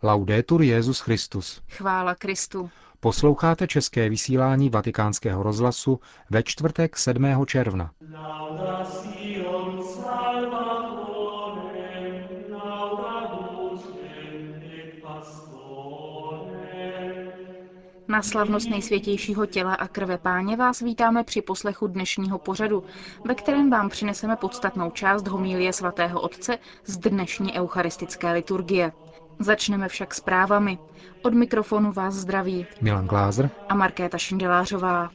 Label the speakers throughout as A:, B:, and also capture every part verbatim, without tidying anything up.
A: Laudetur Jesus Christus.
B: Chvála Kristu.
A: Posloucháte české vysílání Vatikánského rozhlasu ve čtvrtek sedmého června.
B: Na slavnost nejsvětějšího těla a krve Páně vás vítáme při poslechu dnešního pořadu, ve kterém vám přineseme podstatnou část homilie svatého otce z dnešní eucharistické liturgie. Začneme však zprávami. Od mikrofonu vás zdraví
A: Milan Glázer
B: a Markéta Šindelářová.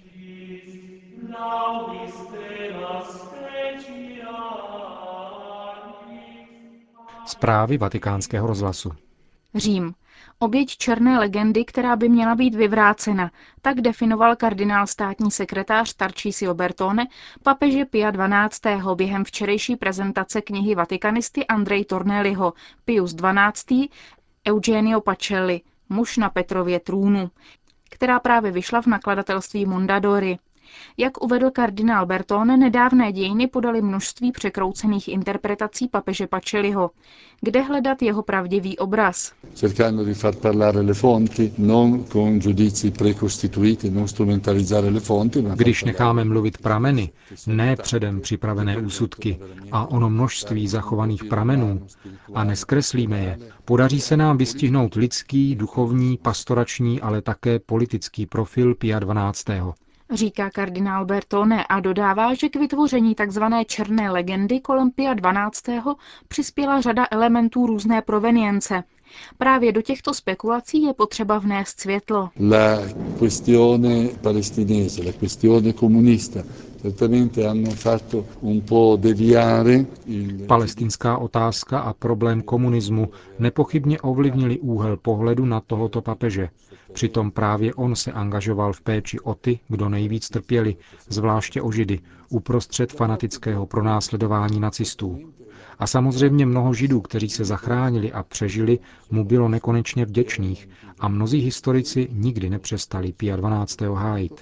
A: Zprávy Vatikánského rozhlasu.
B: Řím. Oběť černé legendy, která by měla být vyvrácena, tak definoval kardinál státní sekretář Tarcísio Bertone papeže Pia dvanáctého. během včerejší prezentace knihy vatikanisty Andrej Tornelliho Pius dvanáctý. Eugenio Pacelli, muž na Petrově trůnu, která právě vyšla v nakladatelství Mondadori. Jak uvedl kardinál Bertone, nedávné dějiny podaly množství překroucených interpretací papeže Pacelliho. Kde hledat jeho pravdivý obraz?
C: Cercando di far parlare le fonti, non con giudizi precostituiti, non strumentalizzare le fonti.
A: Když necháme mluvit prameny, ne předem připravené úsudky a ono množství zachovaných pramenů a neskreslíme je, podaří se nám vystihnout lidský, duchovní, pastorační, ale také politický profil Pia dvanáctého.
B: Říká kardinál Bertone a dodává, že k vytvoření tzv. Černé legendy kolem Pia dvanáctého. přispěla řada elementů různé provenience. Právě do těchto spekulací je potřeba vnést světlo.
C: La questione palestinese, la questione comunista, certamente hanno fatto un po' deviare il...
A: Palestinská otázka a problém komunismu nepochybně ovlivnili úhel pohledu na tohoto papeže. Přitom právě on se angažoval v péči o ty, kdo nejvíc trpěli, zvláště o Židy, uprostřed fanatického pronásledování nacistů. A samozřejmě mnoho Židů, kteří se zachránili a přežili, mu bylo nekonečně vděčných a mnozí historici nikdy nepřestali Pia dvanáctého. hájit.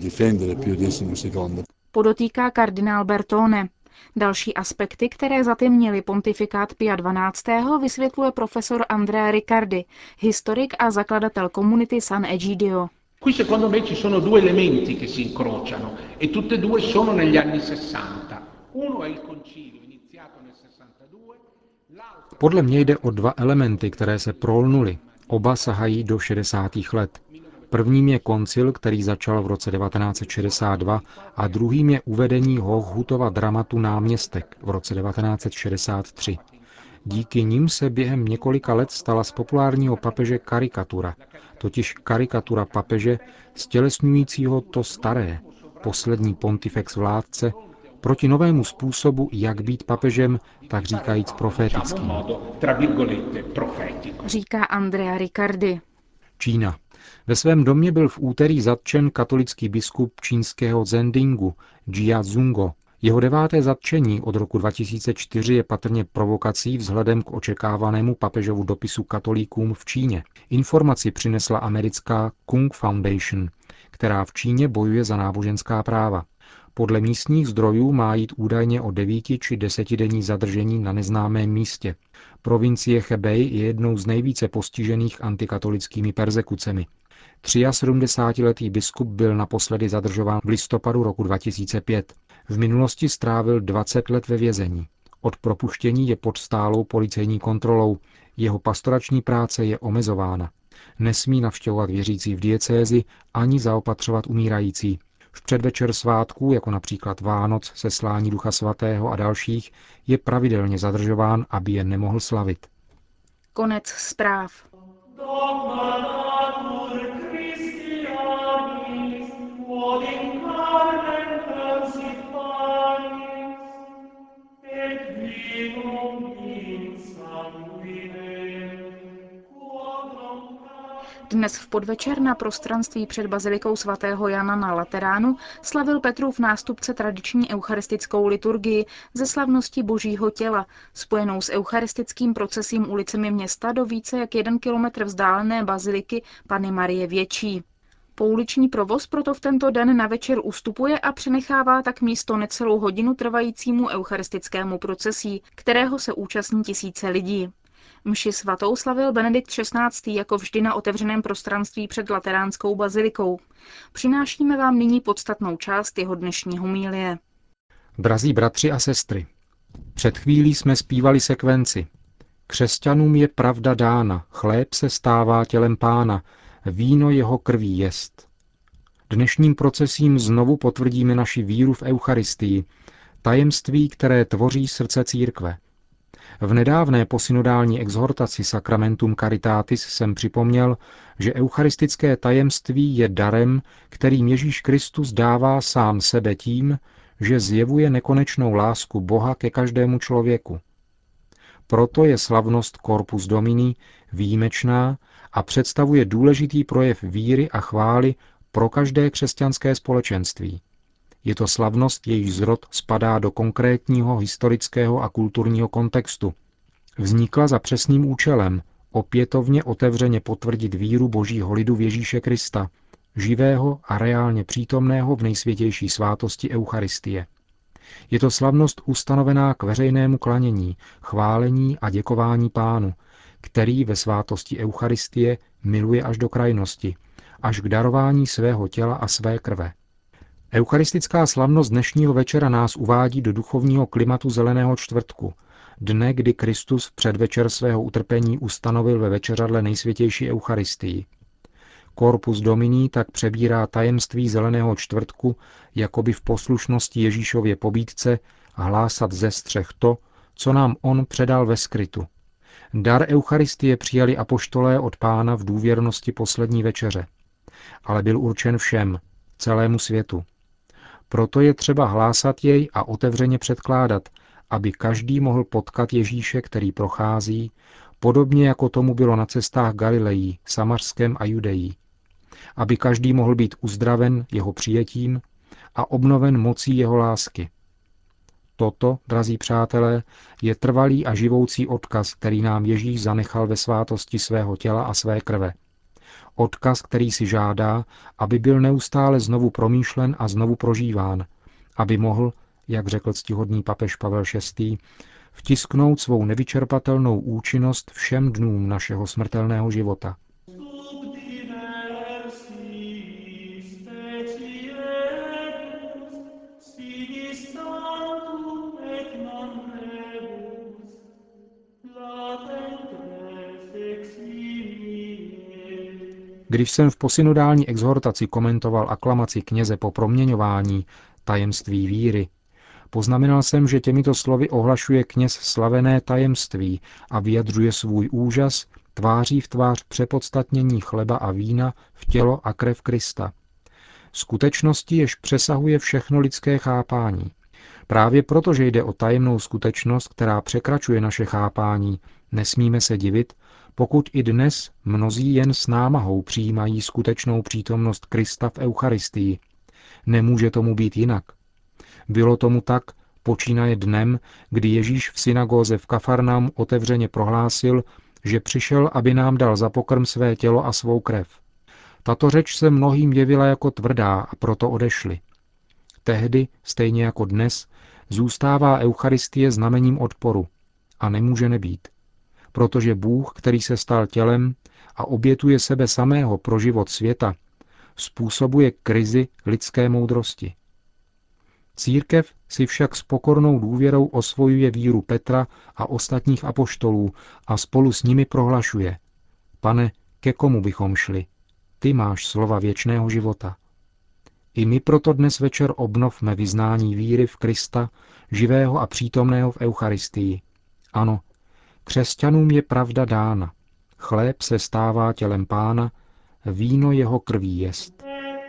B: Podotýká kardinál Bertone. Další aspekty, které zatemnily pontifikát Pia dvanáctého. vysvětluje profesor Andrea Riccardi, historik a zakladatel komunity San Egidio.
D: Qui secondo me ci sono due elementi che si incrociano e tutte e due sono negli anni sessanta. Uno è il concilio iniziato nel sessantadue, l'altro...
A: Podle mě jde o dva elementy, které se prolnuly. Oba sahají do šedesátých let. Prvním je koncil, který začal v roce devatenáct set šedesát dva a druhým je uvedení Hochhutova dramatu Náměstek v roce devatenáct set šedesát tři. Díky nim se během několika let stala z populárního papeže karikatura, totiž karikatura papeže stělesňujícího to staré, poslední pontifex vládce, proti novému způsobu, jak být papežem, tak říkajíc profétickým.
B: Říká Andrea Riccardi.
A: Čína. Ve svém domě byl v úterý zatčen katolický biskup čínského Zhendingu Jia Zhungo. Jeho deváté zatčení od roku dva tisíce čtyři je patrně provokací vzhledem k očekávanému papežovu dopisu katolíkům v Číně. Informaci přinesla americká Kung Foundation, která v Číně bojuje za náboženská práva. Podle místních zdrojů má jít údajně o devíti či desetidenní zadržení na neznámém místě. Provincie Hebei je jednou z nejvíce postižených antikatolickými perzekucemi. sedmdesátiletý biskup byl naposledy zadržován v listopadu roku dva tisíce pět. V minulosti strávil dvacet let ve vězení. Od propuštění je pod stálou policejní kontrolou. Jeho pastorační práce je omezována. Nesmí navštěvovat věřící v diecézi ani zaopatřovat umírající. V předvečer svátků, jako například Vánoc, seslání Ducha svatého a dalších, je pravidelně zadržován, aby je nemohl slavit.
B: Konec zpráv. Dnes v podvečer na prostranství před bazilikou svatého Jana na Lateránu slavil Petrův nástupce tradiční eucharistickou liturgii ze slavnosti Božího těla, spojenou s eucharistickým procesím ulicemi města do více jak jeden kilometr vzdálené baziliky Panny Marie Větší. Pouliční provoz proto v tento den na večer ustupuje a přenechává tak místo necelou hodinu trvajícímu eucharistickému procesí, kterého se účastní tisíce lidí. Mši svatou slavil Benedikt šestnáctý. Jako vždy na otevřeném prostranství před Lateránskou bazilikou. Přinášíme vám nyní podstatnou část jeho dnešní homilie.
A: Drazí bratři a sestry, před chvílí jsme zpívali sekvenci. Křesťanům je pravda dána, chléb se stává tělem Pána, víno jeho krví jest. Dnešním procesím znovu potvrdíme naši víru v Eucharistii, tajemství, které tvoří srdce církve. V nedávné posynodální exhortaci Sacramentum Caritatis jsem připomněl, že eucharistické tajemství je darem, kterým Ježíš Kristus dává sám sebe tím, že zjevuje nekonečnou lásku Boha ke každému člověku. Proto je slavnost Corpus Domini výjimečná a představuje důležitý projev víry a chvály pro každé křesťanské společenství. Je to slavnost, jejíž zrod spadá do konkrétního historického a kulturního kontextu. Vznikla za přesným účelem opětovně otevřeně potvrdit víru božího lidu v Ježíše Krista, živého a reálně přítomného v nejsvětější svátosti Eucharistie. Je to slavnost ustanovená k veřejnému klanění, chválení a děkování Pánu, který ve svátosti Eucharistie miluje až do krajnosti, až k darování svého těla a své krve. Eucharistická slavnost dnešního večera nás uvádí do duchovního klimatu Zeleného čtvrtku, dne, kdy Kristus v předvečer svého utrpení ustanovil ve večeřadle nejsvětější Eucharistii. Corpus Domini tak přebírá tajemství Zeleného čtvrtku, jakoby v poslušnosti Ježíšově pobídce hlásat ze střech to, co nám on předal ve skrytu. Dar Eucharistie přijali apoštolé od Pána v důvěrnosti poslední večeře, ale byl určen všem, celému světu. Proto je třeba hlásat jej a otevřeně předkládat, aby každý mohl potkat Ježíše, který prochází, podobně jako tomu bylo na cestách Galilejí, Samařském a Judejí. Aby každý mohl být uzdraven jeho přijetím a obnoven mocí jeho lásky. Toto, drazí přátelé, je trvalý a živoucí odkaz, který nám Ježíš zanechal ve svátosti svého těla a své krve. Odkaz, který si žádá, aby byl neustále znovu promýšlen a znovu prožíván, aby mohl, jak řekl ctihodný papež Pavel šestý, vtisknout svou nevyčerpatelnou účinnost všem dnům našeho smrtelného života. Když jsem v posynodální exhortaci komentoval aklamaci kněze po proměňování tajemství víry, poznamenal jsem, že těmito slovy ohlašuje kněz slavené tajemství a vyjadřuje svůj úžas tváří v tvář přepodstatnění chleba a vína v tělo a krev Krista. Skutečnosti, jež přesahuje všechno lidské chápání. Právě proto, že jde o tajemnou skutečnost, která překračuje naše chápání, nesmíme se divit, pokud i dnes mnozí jen s námahou přijímají skutečnou přítomnost Krista v Eucharistii. Nemůže tomu být jinak. Bylo tomu tak, počínaje dnem, kdy Ježíš v synagóze v Kafarnaum otevřeně prohlásil, že přišel, aby nám dal za pokrm své tělo a svou krev. Tato řeč se mnohým jevila jako tvrdá a proto odešli. Tehdy, stejně jako dnes, zůstává Eucharistie znamením odporu a nemůže nebýt. Protože Bůh, který se stal tělem a obětuje sebe samého pro život světa, způsobuje krizi lidské moudrosti. Církev si však s pokornou důvěrou osvojuje víru Petra a ostatních apoštolů a spolu s nimi prohlašuje: Pane, ke komu bychom šli? Ty máš slova věčného života. I my proto dnes večer obnovme vyznání víry v Krista, živého a přítomného v Eucharistii. Ano, křesťanům je pravda dána. Chléb se stává tělem Pána, víno jeho krví jest.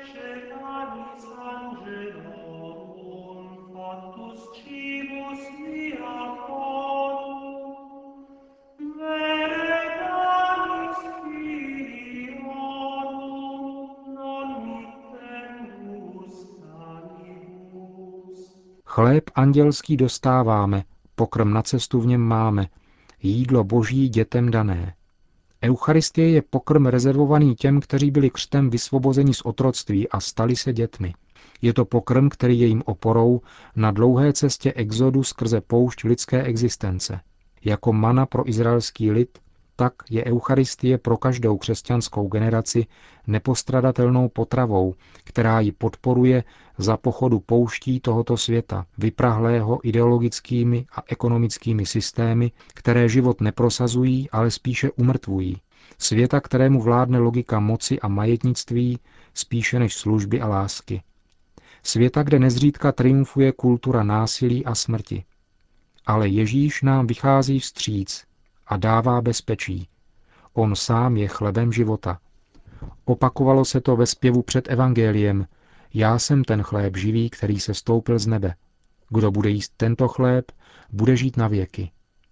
A: Chléb andělský dostáváme, pokrm na cestu v něm máme, jídlo boží dětem dané. Eucharistie je pokrm rezervovaný těm, kteří byli křtem vysvobozeni z otroctví a stali se dětmi. Je to pokrm, který je jim oporou na dlouhé cestě exodu skrze poušť lidské existence. Jako mana pro izraelský lid tak je Eucharistie pro každou křesťanskou generaci nepostradatelnou potravou, která ji podporuje za pochodu pouští tohoto světa, vyprahlého ideologickými a ekonomickými systémy, které život neprosazují, ale spíše umrtvují. Světa, kterému vládne logika moci a majetnictví spíše než služby a lásky. Světa, kde nezřídka triumfuje kultura násilí a smrti. Ale Ježíš nám vychází vstříc a dává bezpečí. On sám je chlebem života. Opakovalo se to ve zpěvu před evangeliem. Já jsem ten chléb živý, který se stoupil z nebe. Kdo bude jíst tento chléb, bude žít na věky.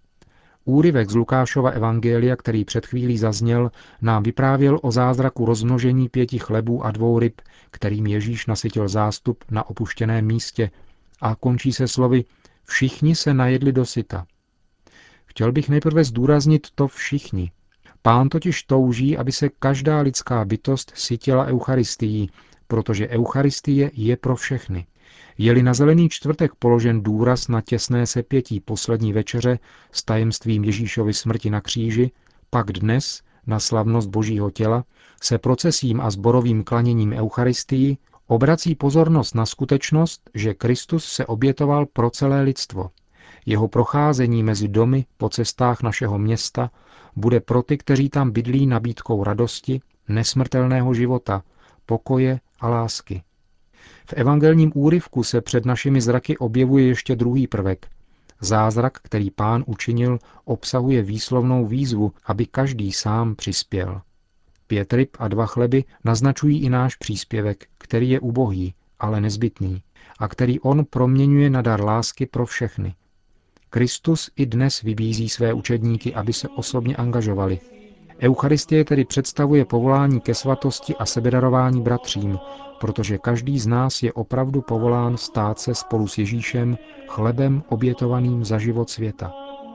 A: Úryvek z Lukášova evangelia, který před chvílí zazněl, nám vyprávěl o zázraku rozmnožení pěti chlebů a dvou ryb, kterým Ježíš nasytil zástup na opuštěném místě, a končí se slovy všichni se najedli dosyta. Chtěl bych nejprve zdůraznit to všichni. Pán totiž touží, aby se každá lidská bytost sytila Eucharistií, protože Eucharistie je pro všechny. Je-li na Zelený čtvrtek položen důraz na těsné sepětí poslední večeře s tajemstvím Ježíšovy smrti na kříži, pak dnes, na slavnost Božího těla, se procesím a sborovým klaněním Eucharistii obrací pozornost na skutečnost, že Kristus se obětoval pro celé lidstvo. Jeho procházení mezi domy po cestách našeho města bude pro ty, kteří tam bydlí, nabídkou radosti, nesmrtelného života, pokoje a lásky. V evangelním úryvku se před našimi zraky objevuje ještě druhý prvek. Zázrak, který Pán učinil, obsahuje výslovnou výzvu, aby každý sám přispěl. Pět ryb a dva chleby naznačují i náš příspěvek, který je ubohý, ale nezbytný, a který on proměňuje na dar lásky pro všechny. Kristus i dnes vybízí své učedníky, aby se osobně angažovali. Eucharistie tedy představuje povolání ke svatosti a sebedarování bratřím, protože každý z nás je opravdu povolán stát se spolu s Ježíšem chlebem obětovaným za život světa.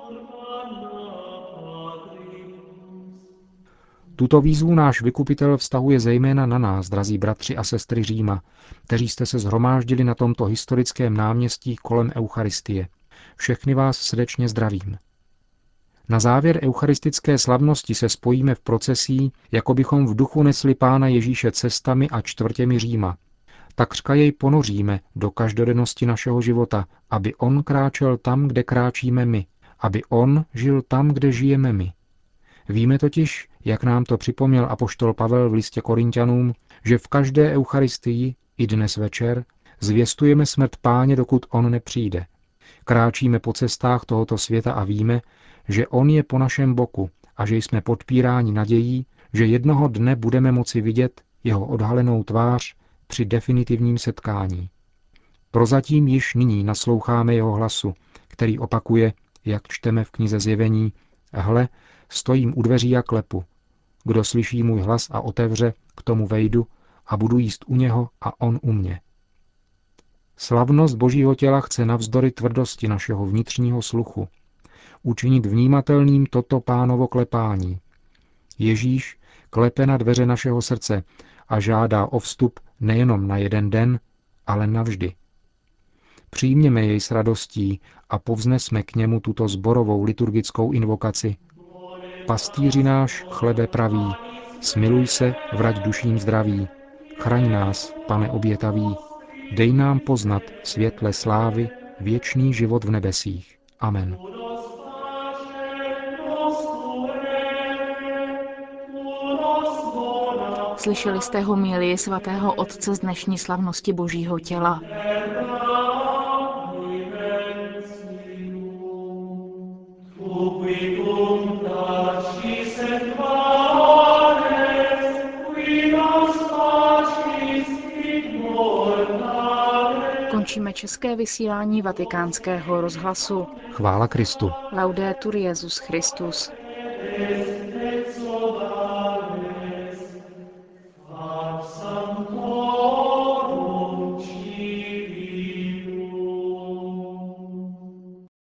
A: Tuto výzvu náš vykupitel vztahuje zejména na nás, drazí bratři a sestry Říma, kteří jste se shromáždili na tomto historickém náměstí kolem Eucharistie. Všechny vás srdečně zdravím. Na závěr eucharistické slavnosti se spojíme v procesí, jako bychom v duchu nesli Pána Ježíše cestami a čtvrtěmi Říma. Takřka jej ponoříme do každodennosti našeho života, aby on kráčel tam, kde kráčíme my, aby on žil tam, kde žijeme my. Víme totiž, jak nám to připomněl apoštol Pavel v listě Korinťanům, že v každé eucharistii, i dnes večer, zvěstujeme smrt Páně, dokud on nepřijde. Kráčíme po cestách tohoto světa a víme, že on je po našem boku a že jsme podpíráni nadějí, že jednoho dne budeme moci vidět jeho odhalenou tvář při definitivním setkání. Prozatím již nyní nasloucháme jeho hlasu, který opakuje, jak čteme v knize Zjevení, hle, stojím u dveří a klepu. Kdo slyší můj hlas a otevře, k tomu vejdu a budu jíst u něho a on u mě. Slavnost Božího těla chce navzdory tvrdosti našeho vnitřního sluchu učinit vnímatelným toto Pánovo klepání. Ježíš klepe na dveře našeho srdce a žádá o vstup nejenom na jeden den, ale navždy. Přijměme jej s radostí a povznesme k němu tuto sborovou liturgickou invokaci. Pastýři náš, chlebe pravý, smiluj se, vrať duším zdraví. Chraň nás, Pane obětavý, dej nám poznat světle slávy, věčný život v nebesích. Amen.
B: Slyšeli jste homilii svatého otce z dnešní slavnosti Božího těla. Končíme české vysílání Vatikánského rozhlasu.
A: Chvála Kristu.
B: Laudetur Jesus Christus.